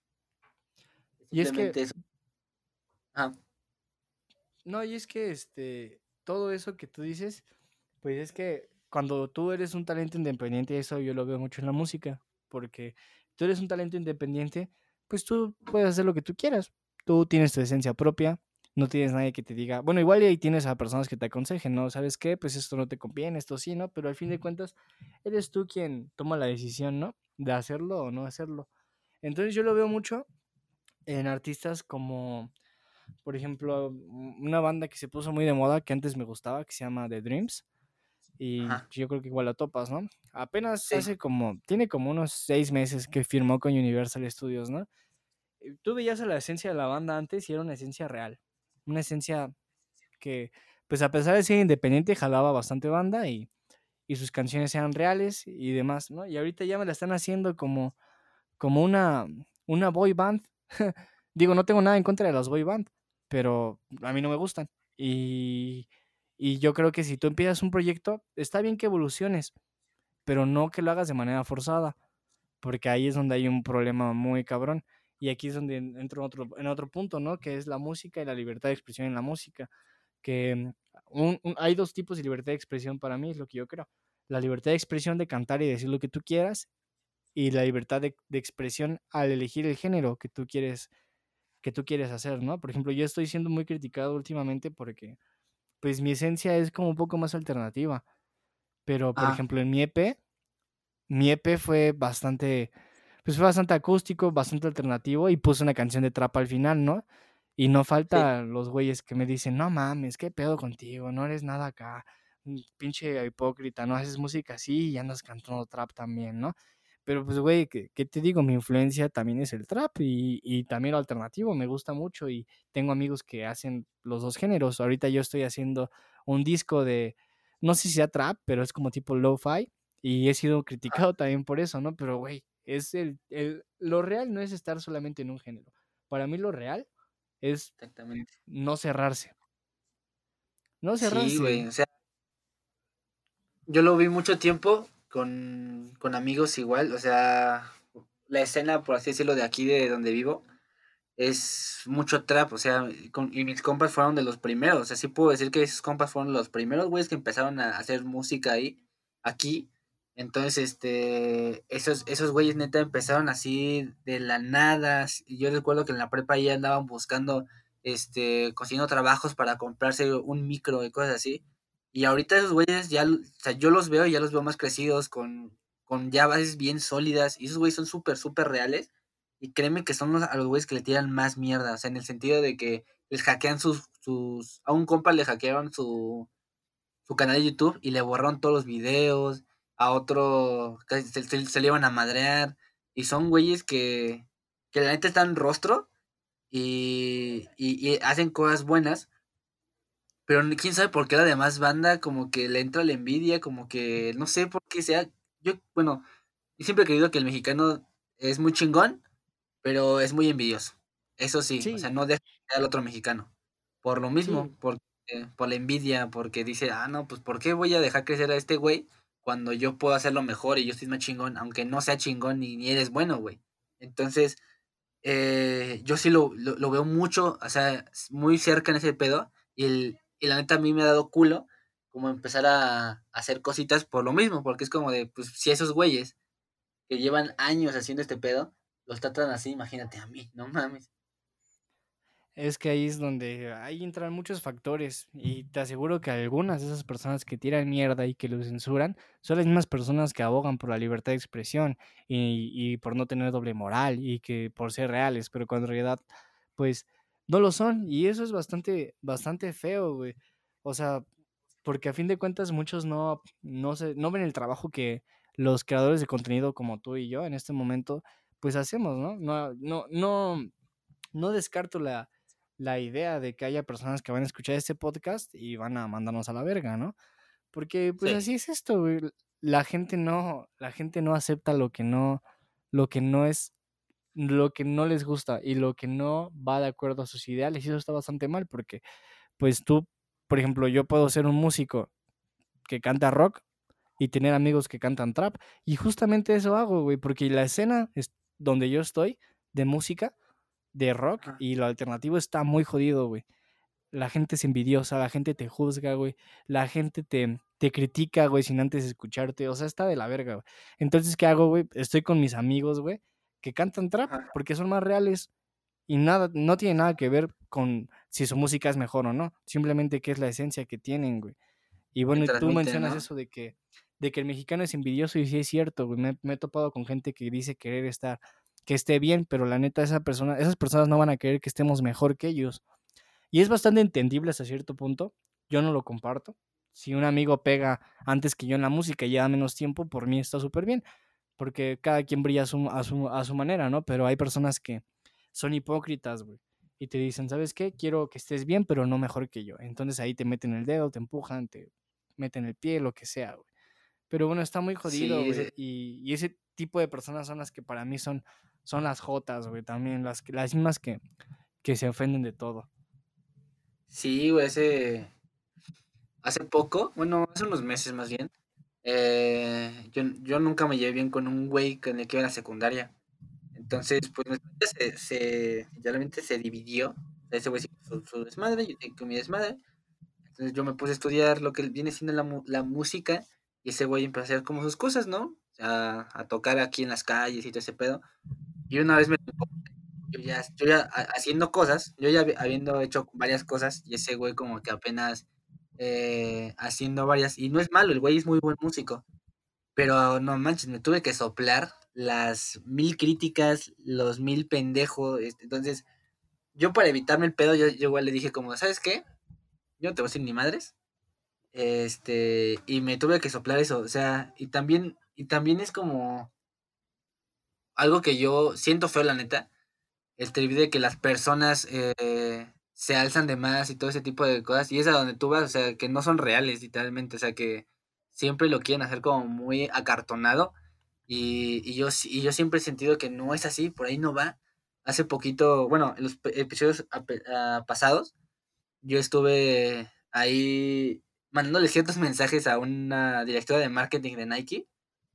Y es que simplemente eso. Ah, no, y es que, este, todo eso que tú dices, pues es que cuando tú eres un talento independiente, eso yo lo veo mucho en la música, porque tú eres un talento independiente, pues tú puedes hacer lo que tú quieras. Tú tienes tu esencia propia, no tienes nadie que te diga, bueno, igual y ahí tienes a personas que te aconsejen, ¿no? ¿Sabes qué? Pues esto no te conviene, esto sí, ¿no? Pero al fin de cuentas, eres tú quien toma la decisión, ¿no? De hacerlo o no hacerlo. Entonces yo lo veo mucho en artistas como por ejemplo, una banda que se puso muy de moda, que antes me gustaba, que se llama The Dreams. y Ajá. yo creo que igual lo topas, ¿no? Apenas Sí. hace como, tiene como unos seis meses que firmó con Universal Studios, ¿no? Eh, Tú veías a la esencia de la banda antes y era una esencia real, una esencia que, pues a pesar de ser independiente, jalaba bastante banda y, y sus canciones eran reales y demás, ¿no? Y ahorita ya me la están haciendo como, como una, una boy band. Digo, no tengo nada en contra de las boy band, pero a mí no me gustan. Y, y yo creo que si tú empiezas un proyecto, está bien que evoluciones, pero no que lo hagas de manera forzada, porque ahí es donde hay un problema muy cabrón. Y aquí es donde entro en otro, en otro punto, ¿no? Que es la música y la libertad de expresión en la música. Que mm, un- un- hay dos tipos de libertad de expresión para mí, es lo que yo creo. La libertad de expresión de cantar y decir lo que tú quieras, y la libertad de, de expresión al elegir el género que tú quieres que tú quieres hacer, ¿no? Por ejemplo, yo estoy siendo muy criticado últimamente porque, pues, mi esencia es como un poco más alternativa. Pero, por Ah, ejemplo, en mi E P, mi E P fue bastante, pues fue bastante acústico, bastante alternativo y puse una canción de trap al final, ¿no? Y no sí. falta los güeyes que me dicen, no mames, ¿qué pedo contigo? No eres nada acá, mm, pinche hipócrita, no haces música así y andas cantando trap también, ¿no? Pero pues, güey, ¿qué, qué te digo? Mi influencia también es el trap y, y también lo alternativo, me gusta mucho y tengo amigos que hacen los dos géneros. Ahorita yo estoy haciendo un disco de, no sé si sea trap, pero es como tipo lo-fi y he sido criticado también por eso, ¿no? Pero, güey, es el, el, lo real no es estar solamente en un género. Para mí lo real es Exactamente. no cerrarse. No Sí, cerrarse. güey. O sea, yo lo vi mucho tiempo con, con amigos igual. O sea, la escena, por así decirlo, de aquí, de donde vivo, es mucho trap. O sea, con- y mis compas fueron de los primeros. O sea, sí puedo decir que esos compas fueron los primeros güeyes que empezaron a hacer música ahí, aquí. Entonces, este, esos, esos güeyes neta empezaron así de la nada. Y yo recuerdo que en la prepa ya andaban buscando, este, consiguiendo trabajos para comprarse un micro y cosas así. Y ahorita esos güeyes ya, o sea, yo los veo y ya los veo más crecidos, con, con ya bases bien sólidas. Y esos güeyes son súper, súper reales. Y créeme que son los, a los güeyes que le tiran más mierda. O sea, en el sentido de que les hackean sus, sus, a un compa le hackearon su, su canal de YouTube y le borraron todos los videos. A otro casi se, se- se le iban a madrear. Y son güeyes que, que la neta están rostro y, y, y hacen cosas buenas. Pero ni- quién sabe por qué la demás banda como que le entra la envidia, como que no sé por qué sea. Yo, bueno, yo siempre he creído que el mexicano es muy chingón, pero es muy envidioso. Eso sí, o sea, Sí, no deja al otro mexicano. Por lo mismo, sí, por, eh, por la envidia, porque dice, ah, no, pues ¿por qué voy a dejar crecer a este güey cuando yo puedo hacerlo mejor y yo estoy más chingón, aunque no sea chingón ni, ni eres bueno, güey? Entonces, eh, yo sí lo, lo, lo veo mucho, o sea, s- muy cerca en ese pedo, y, el, y la neta a mí me ha dado culo como empezar a, a hacer cositas por lo mismo, porque es como de, pues si esos güeyes que llevan años haciendo este pedo, los tratan así, imagínate a mí, no mames. es que ahí es donde ahí entran muchos factores y te aseguro que algunas de esas personas que tiran mierda y que lo censuran son las mismas personas que abogan por la libertad de expresión y, y por no tener doble moral y que por ser reales, pero cuando en realidad pues no lo son y eso es bastante bastante feo, güey. O sea, porque a fin de cuentas muchos no no se no ven el trabajo que los creadores de contenido como tú y yo en este momento pues hacemos, ¿no? No no no no descarto la, la idea de que haya personas que van a escuchar este podcast y van a mandarnos a la verga, ¿no? Porque pues Sí, así es esto, güey. La gente no, la gente no acepta lo que no, lo que no es, lo que no les gusta y lo que no va de acuerdo a sus ideales. Y eso está bastante mal porque, pues tú, por ejemplo, yo puedo ser un músico que canta rock y tener amigos que cantan trap. Y justamente eso hago, güey, porque la escena es donde yo estoy de música de rock ajá, y lo alternativo está muy jodido, güey. La gente es envidiosa, la gente te juzga, güey. La gente te, te critica, güey, sin antes escucharte. O sea, está de la verga, güey. Entonces, ¿qué hago, güey? Estoy con mis amigos, güey, que cantan trap ajá, porque son más reales y nada, no tiene nada que ver con si su música es mejor o no. Simplemente que es la esencia que tienen, güey. Y que bueno, y tú transmiten, mencionas ¿no? eso de que, de que el mexicano es envidioso y sí es cierto, güey. Me, me he topado con gente que dice querer estar, que esté bien, pero la neta, esa persona, esas personas no van a querer que estemos mejor que ellos. Y es bastante entendible hasta cierto punto. Yo no lo comparto. si un amigo pega antes que yo en la música y lleva menos tiempo, por mí está súper bien, porque cada quien brilla a su, a su, a su manera, ¿no? Pero hay personas que son hipócritas, güey, y te dicen, ¿sabes qué? Quiero que estés bien, pero no mejor que yo. Entonces ahí te meten el dedo, te empujan, te meten el pie, lo que sea, güey. Pero bueno, está muy jodido, Sí, güey. ese- Y, y ese tipo de personas son las que para mí son, son las jotas, güey, también, las, que- las mismas que, que se ofenden de todo. sí, güey, ese, hace poco, bueno, hace unos meses más bien, eh, yo, yo nunca me llevé bien con un güey con el que iba en la secundaria. Entonces, pues nuestra vida se, se, literalmente se dividió. O sea, ese güey sí con su, su desmadre, yo seguí con mi desmadre. Entonces yo me puse a estudiar lo que viene siendo la, mu- la música y ese güey empezó a hacer como sus cosas, ¿no? O sea, a tocar aquí en las calles y todo ese pedo. Y una vez me tocó, yo ya, yo ya ha- haciendo cosas, yo ya habi- habiendo hecho varias cosas y ese güey como que apenas eh, haciendo varias, y no es malo, el güey es muy buen músico, pero no manches, me tuve que soplar las mil críticas, los mil pendejos, este, entonces yo para evitarme el pedo, yo, yo igual le dije como, ¿sabes qué? Yo no te voy a decir ni madres, este, y me tuve que soplar eso, o sea, y también, y también es como algo que yo siento feo, la neta, el trip de que las personas eh, se alzan de más y todo ese tipo de cosas, y es a donde tú vas, o sea, que no son reales, literalmente, o sea, que siempre lo quieren hacer como muy acartonado, y, y yo, si- y yo siempre he sentido que no es así, por ahí no va. Hace poquito, bueno, en los pe- episodios ape- ah, pasados, yo estuve ahí mandándole ciertos mensajes a una directora de marketing de Nike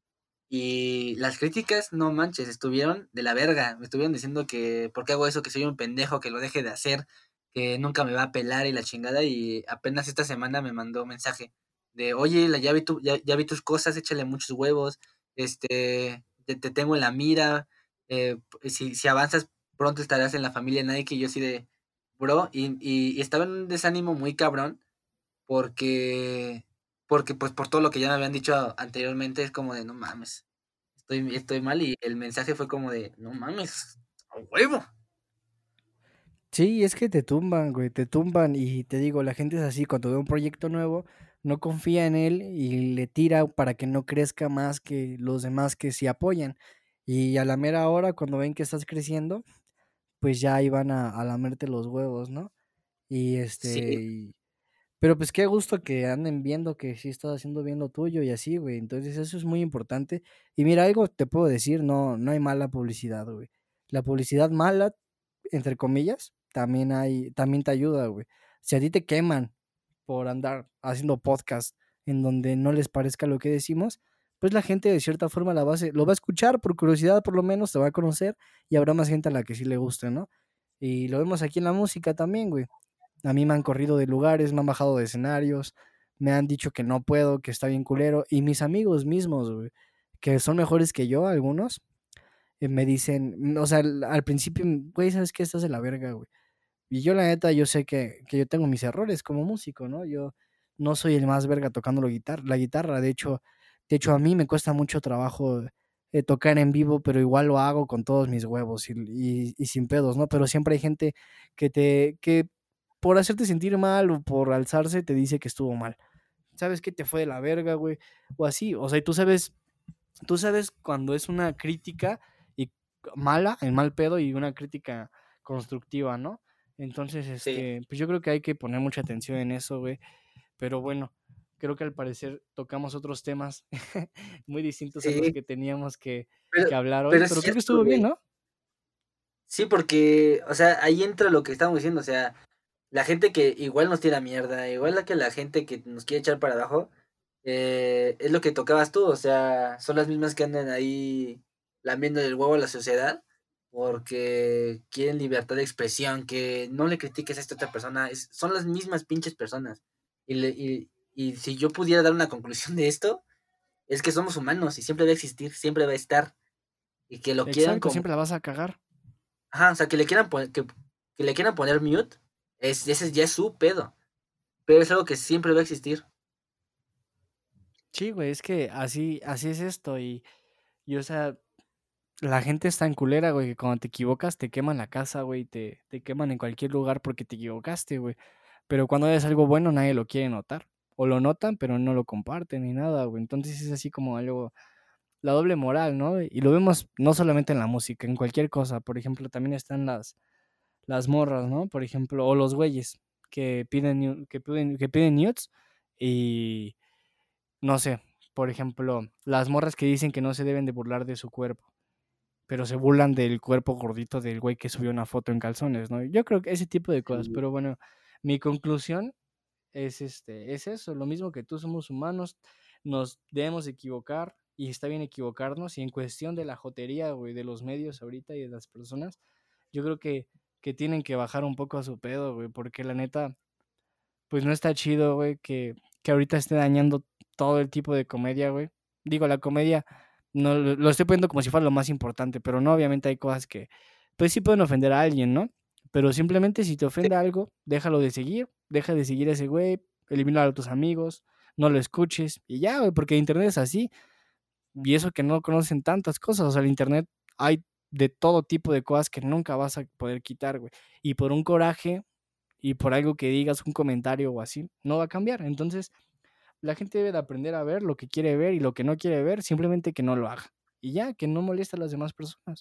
y las críticas, no manches, estuvieron de la verga. Me estuvieron diciendo que por qué hago eso, que soy un pendejo, que lo deje de hacer, que nunca me va a pelar y la chingada. Y apenas esta semana me mandó un mensaje de, oye, la- ya vi, tu, ya, ya vi tus cosas, échale muchos huevos, este, te, te tengo en la mira, eh, si, si avanzas pronto estarás en la familia Nike. Y yo así de, bro, y, y, y estaba en un desánimo muy cabrón porque, porque pues por todo lo que ya me habían dicho anteriormente es como de, no mames, estoy, estoy mal y el mensaje fue como de, no mames, a huevo. Sí, es que te tumban, güey, te tumban y te digo, la gente es así, cuando ve un proyecto nuevo, no confía en él y le tira para que no crezca más que los demás que sí apoyan. Y a la mera hora, cuando ven que estás creciendo, pues ya iban a, a lamerte los huevos, ¿no? Y Sí, este, y- pero pues qué gusto que anden viendo que sí estás haciendo bien lo tuyo y así, güey. Entonces eso es muy importante. Y mira, algo te puedo decir, no, no hay mala publicidad, güey. La publicidad mala, entre comillas, también hay, también te ayuda, güey. Si a ti te queman por andar haciendo podcast en donde no les parezca lo que decimos, pues la gente de cierta forma la va a, se- lo va a escuchar por curiosidad, por lo menos te va a conocer y habrá más gente a la que sí le guste, ¿no? Y lo vemos aquí en la música también, güey. A mí me han corrido de lugares, me han bajado de escenarios, me han dicho que no puedo, que está bien culero. Y mis amigos mismos, güey, que son mejores que yo, algunos, eh, me dicen, o sea, al, al principio, güey, ¿sabes qué? Estás de la verga, güey. Y yo, la neta, yo sé que, que yo tengo mis errores como músico, ¿no? Yo no soy el más verga tocando la guitarra. La guitarra, de hecho, de hecho, a mí me cuesta mucho trabajo eh, tocar en vivo, pero igual lo hago con todos mis huevos y, y- y sin pedos, ¿no? Pero siempre hay gente que te, que por hacerte sentir mal o por alzarse te dice que estuvo mal. ¿Sabes que te fue de la verga, güey? O así, o sea, y tú sabes tú sabes cuando es una crítica y mala, en mal pedo, y una crítica constructiva, ¿no? Entonces, sí, este, pues yo creo que hay que poner mucha atención en eso, güey. Pero bueno, creo que al parecer tocamos otros temas muy distintos a los sí, que teníamos que, pero, que hablar hoy, pero es pero creo que cierto, estuvo bien, güey. ¿no? Sí, porque, o sea, ahí entra lo que estamos diciendo, o sea, la gente que igual nos tira mierda, igual la que la gente que nos quiere echar para abajo, eh, es lo que tocabas tú, o sea, son las mismas que andan ahí lamiendo el huevo a la sociedad porque quieren libertad de expresión, que no le critiques a esta otra persona, es- son las mismas pinches personas. Y, le- y, y si yo pudiera dar una conclusión de esto, es que somos humanos y siempre va a existir, siempre va a estar, y que lo quieran Exacto, como, siempre la vas a cagar. ajá, o sea, que le quieran poner, que, que le quieran poner mute, es, ese ya es su pedo, pero es algo que siempre va a existir. Sí, güey, es que así, así es esto y, y o sea, la gente es tan culera, güey, que cuando te equivocas te queman la casa, güey, te, te queman en cualquier lugar porque te equivocaste, güey. Pero cuando haces algo bueno nadie lo quiere notar. o lo notan, pero no lo comparten ni nada, güey. Entonces es así como algo, la doble moral, ¿no? Y lo vemos no solamente en la música, en cualquier cosa. Por ejemplo, también están las, las morras, ¿no? Por ejemplo, o los güeyes que piden, nu- que piden, que piden nudes y, no sé, por ejemplo, las morras que dicen que no se deben de burlar de su cuerpo, pero se burlan del cuerpo gordito del güey que subió una foto en calzones, ¿no? Yo creo que ese tipo de cosas, Sí. pero bueno, mi conclusión es, este, es eso, lo mismo que tú, somos humanos, nos debemos equivocar y está bien equivocarnos, y en cuestión de la jotería, güey, de los medios ahorita y de las personas, yo creo que, que tienen que bajar un poco a su pedo, güey, porque la neta, pues no está chido, güey, que, que ahorita esté dañando todo el tipo de comedia, güey. Digo, la comedia, no lo lo estoy poniendo como si fuera lo más importante, pero no, obviamente hay cosas que, pues sí pueden ofender a alguien, ¿no? Pero simplemente si te Sí. ofende algo, déjalo de seguir, deja de seguir a ese güey, elimina a tus amigos, no lo escuches y ya, güey, porque internet es así, y eso que no conocen tantas cosas, o sea, el internet hay de todo tipo de cosas que nunca vas a poder quitar, güey. Y por un coraje y por algo que digas, un comentario o así, no va a cambiar. Entonces, la gente debe de aprender a ver lo que quiere ver y lo que no quiere ver, simplemente que no lo haga. Y ya, que no moleste a las demás personas.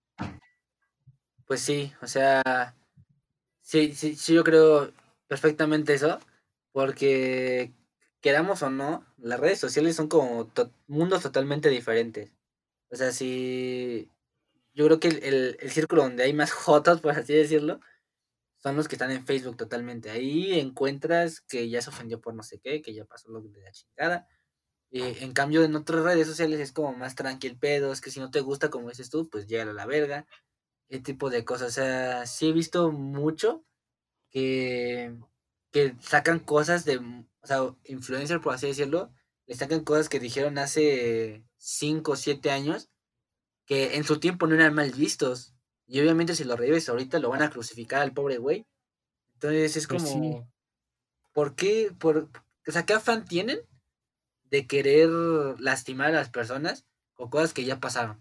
Pues sí, o sea, sí, sí, sí, yo creo perfectamente eso, porque queramos o no, las redes sociales son como to- mundos totalmente diferentes. O sea, sí, yo creo que el, el, el círculo donde hay más jotos, por así decirlo, son los que están en Facebook totalmente. Ahí encuentras que ya se ofendió por no sé qué, que ya pasó lo de la chingada. Eh, en cambio, en otras redes sociales es como más tranqui el pedo, es que si no te gusta, como dices tú, pues llega a la verga, ese tipo de cosas. O sea, sí he visto mucho que, que sacan cosas de, o sea, influencer, por así decirlo, le sacan cosas que dijeron hace cinco o siete años, que en su tiempo no eran mal vistos. Y obviamente si lo revives ahorita lo van a crucificar al pobre güey. Entonces es Pues sí, como, ¿por qué? Por, o sea, ¿qué afán tienen de querer lastimar a las personas con cosas que ya pasaron?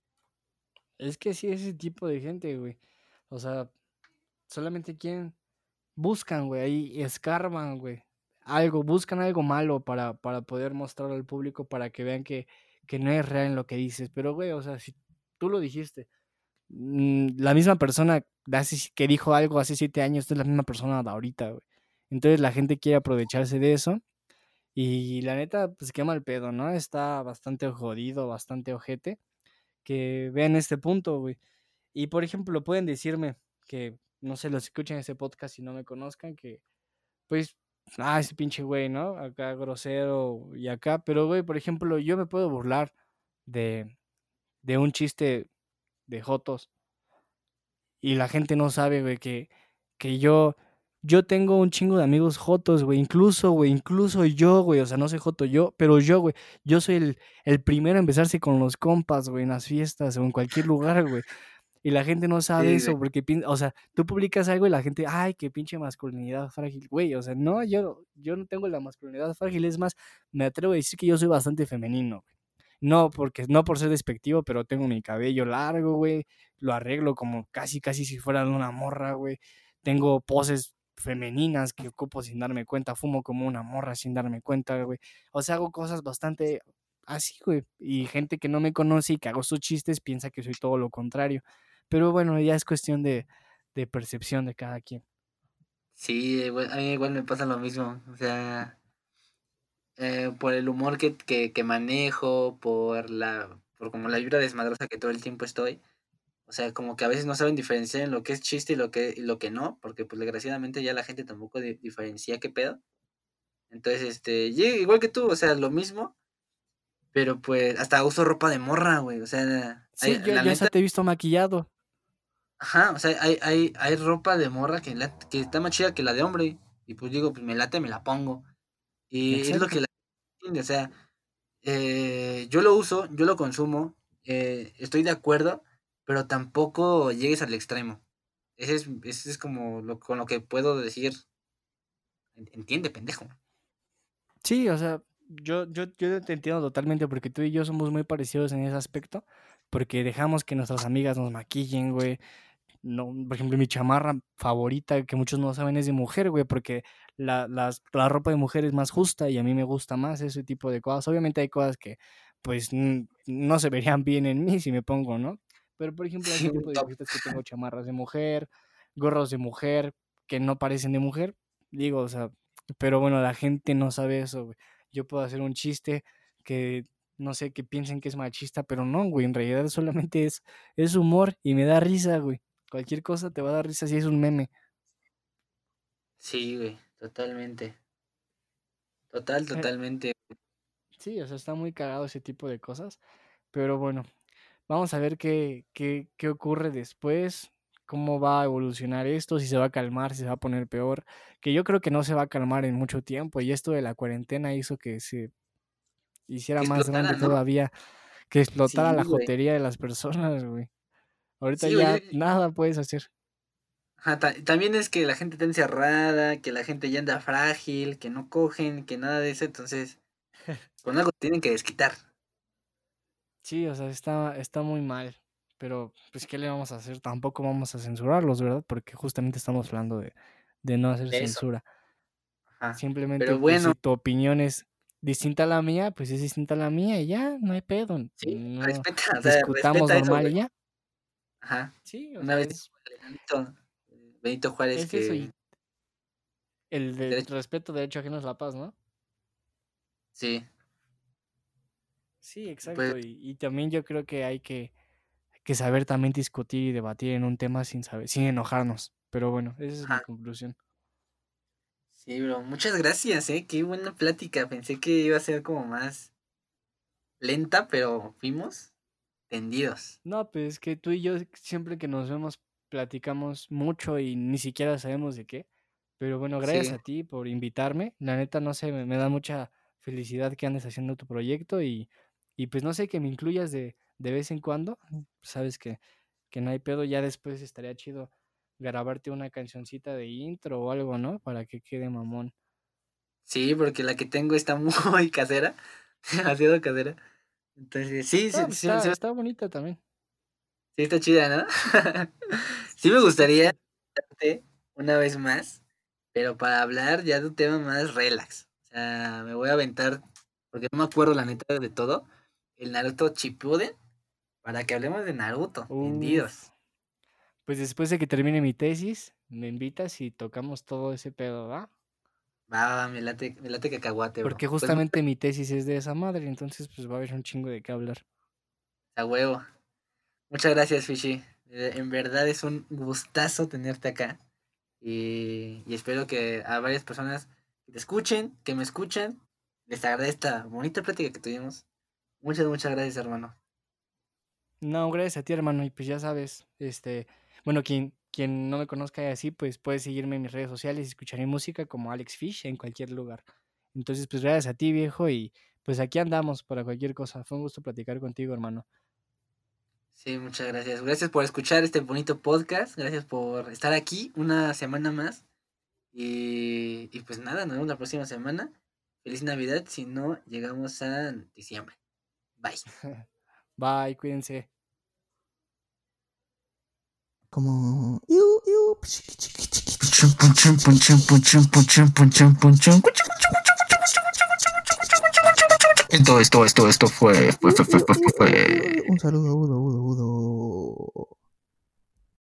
es que sí, ese tipo de gente, güey. O sea, solamente quieren, buscan, güey, ahí escarban, güey. Algo, buscan algo malo para, para poder mostrar al público para que vean que, que no es real en lo que dices. Pero, güey, o sea, si tú lo dijiste, mm, la misma persona de hace- que dijo algo hace siete años es la misma persona de ahorita, güey. Entonces la gente quiere aprovecharse de eso y la neta, pues qué mal pedo, ¿no? Está bastante jodido, bastante ojete que vean este punto, güey. Y por ejemplo, pueden decirme que, no sé, los escuchen ese podcast y no me conozcan, que pues, ah, ese pinche güey, ¿no? Acá grosero y acá, pero güey, por ejemplo, yo me puedo burlar de, de un chiste de jotos y la gente no sabe, güey, que, que yo, yo tengo un chingo de amigos jotos, güey, incluso, güey, incluso yo, güey, o sea, no soy joto yo, pero yo, güey, yo soy el, el primero en besarse con los compas, güey, en las fiestas o en cualquier lugar, güey. Y la gente no sabe Sí, güey. eso porque, pien- o sea, tú publicas algo y la gente, ay, qué pinche masculinidad frágil, güey, o sea, no, yo, yo no tengo la masculinidad frágil, es más, me atrevo a decir que yo soy bastante femenino, güey. No, porque, no por ser despectivo, pero tengo mi cabello largo, güey, lo arreglo como casi, casi si fuera una morra, güey. Tengo poses femeninas que ocupo sin darme cuenta, fumo como una morra sin darme cuenta, güey. O sea, hago cosas bastante así, güey. Y gente que no me conoce y que hago sus chistes piensa que soy todo lo contrario. Pero bueno, ya es cuestión de, de percepción de cada quien. Sí, igual- a mí igual me pasa lo mismo. O sea, eh, por el humor que, que, que manejo, por la, por como la vibra desmadrosa que todo el tiempo estoy. O sea, como que a veces no saben diferenciar en lo que es chiste y lo que, y lo que no, porque pues desgraciadamente ya la gente tampoco di- diferencia qué pedo. Entonces, este, y igual que tú, o sea, lo mismo, pero pues hasta uso ropa de morra, güey. O sea, hay, Sí, yo, la yo hasta neta, te he visto maquillado. ajá, o sea, hay, hay, hay ropa de morra que, la- que está más chida que la de hombre. Y pues digo, pues me late, me la pongo. Y es lo que Exacto. la gente entiende, o sea, eh, yo lo uso, yo lo consumo, eh, estoy de acuerdo, pero tampoco llegues al extremo. Ese es, ese es como lo, con lo que puedo decir, "En- entiende, pendejo". Sí, o sea, yo, yo, yo te entiendo totalmente porque tú y yo somos muy parecidos en ese aspecto, porque dejamos que nuestras amigas nos maquillen, güey. no, por ejemplo, mi chamarra favorita, que muchos no saben, es de mujer, güey, porque la, las- la ropa de mujer es más justa y a mí me gusta más ese tipo de cosas. Obviamente hay cosas que, pues, n- no se verían bien en mí si me pongo, ¿no? Pero, por ejemplo, Sí, ese un tipo de top. cositas que tengo chamarras de mujer, gorros de mujer, que no parecen de mujer, digo, o sea, pero bueno, la gente no sabe eso, güey. Yo puedo hacer un chiste que, no sé, que piensen que es machista, pero no, güey, en realidad solamente es, es humor y me da risa, güey. Cualquier cosa te va a dar risa si es un meme. Sí, güey, totalmente. Total, Eh, totalmente. sí, o sea, está muy cagado ese tipo de cosas. Pero bueno, vamos a ver qué, qué, qué ocurre después, cómo va a evolucionar esto, si se va a calmar, si se va a poner peor. Que yo creo que no se va a calmar en mucho tiempo. Y esto de la cuarentena hizo que se hiciera Que más explotara, grande ¿no? todavía, que explotara la Sí, güey. jotería de las personas, güey. Ahorita Sí, güey. ya yo- nada puedes hacer. Ajá, ta- también es que la gente está encerrada, que la gente ya anda frágil, que no cogen, que nada de eso, entonces, con algo tienen que desquitar. Sí, o sea, está, está muy mal. Pero, pues, ¿qué le vamos a hacer? Tampoco vamos a censurarlos, ¿verdad? Porque justamente estamos hablando de, de no hacer De eso. censura. Ajá. Simplemente, Pero pues, bueno, si tu opinión es distinta a la mía, pues es distinta a la mía y ya, no hay pedo. sí, No respeta, o sea, discutamos respeta eso, normal güey. y ya. Ajá. Sí, o Una sea, vez es, dijo el Benito, Benito Juárez es eso que y el el de derecho, respeto, derecho ajeno es la paz, ¿no? sí, Sí, pues exacto. Y, y también yo creo que hay que, que saber también discutir y debatir en un tema sin saber, sin enojarnos. Pero bueno, esa es mi ajá. conclusión. Sí, bro. Muchas gracias, eh. Qué buena plática. Pensé que iba a ser como más lenta, pero fuimos tendidos. No, pues es que tú y yo siempre que nos vemos platicamos mucho y ni siquiera sabemos de qué. Pero bueno, gracias Sí, a ti por invitarme. La neta, no sé, me, me da mucha felicidad que andes haciendo tu proyecto y, y pues no sé, que me incluyas de, de vez en cuando. Sabes que, que no hay pedo, ya después estaría chido grabarte una cancioncita de intro o algo, ¿no? Para que quede mamón. sí, porque la que tengo está muy casera, demasiado casera. Entonces, sí, No, sí, pues sí, está, sí, está bonita también. sí está chida, ¿no? Sí me Sí, está gustaría chida. invitarte una vez más, pero para hablar ya de un tema más relax. O sea, me voy a aventar, porque no me acuerdo la neta de todo, el Naruto Shippuden, para que hablemos de Naruto, Uf. tendidos. Pues después de que termine mi tesis, me invitas y tocamos todo ese pedo, ¿va? Va, va, me late, me late cacahuate, bro. Porque Pues justamente mi tesis es de esa madre, entonces pues va a haber un chingo de qué hablar. a huevo. Muchas gracias, Fishy. Eh, En verdad es un gustazo tenerte acá. Y, y espero que a varias personas que te escuchen, que me escuchan, les agrade esta bonita plática que tuvimos. Muchas, muchas gracias, hermano. No, gracias a ti, hermano, y pues ya sabes, este, bueno, quien, quien no me conozca y así, pues puede seguirme en mis redes sociales y escuchar mi música como Alex Fish en cualquier lugar. Entonces, pues gracias a ti, viejo, y pues aquí andamos para cualquier cosa. Fue un gusto platicar contigo, hermano. Sí, muchas gracias. Gracias por escuchar este bonito podcast. Gracias por estar aquí una semana más. Y, y pues nada, nos vemos la próxima semana. Feliz Navidad si no llegamos a diciembre. Bye. Bye, cuídense. Como... iu, iu, pshiki, chiki, chiki, chiki. Esto, esto, esto, esto fue, fue, fue, fue, fue, fue. Un saludo, Udo, Udo, Udo.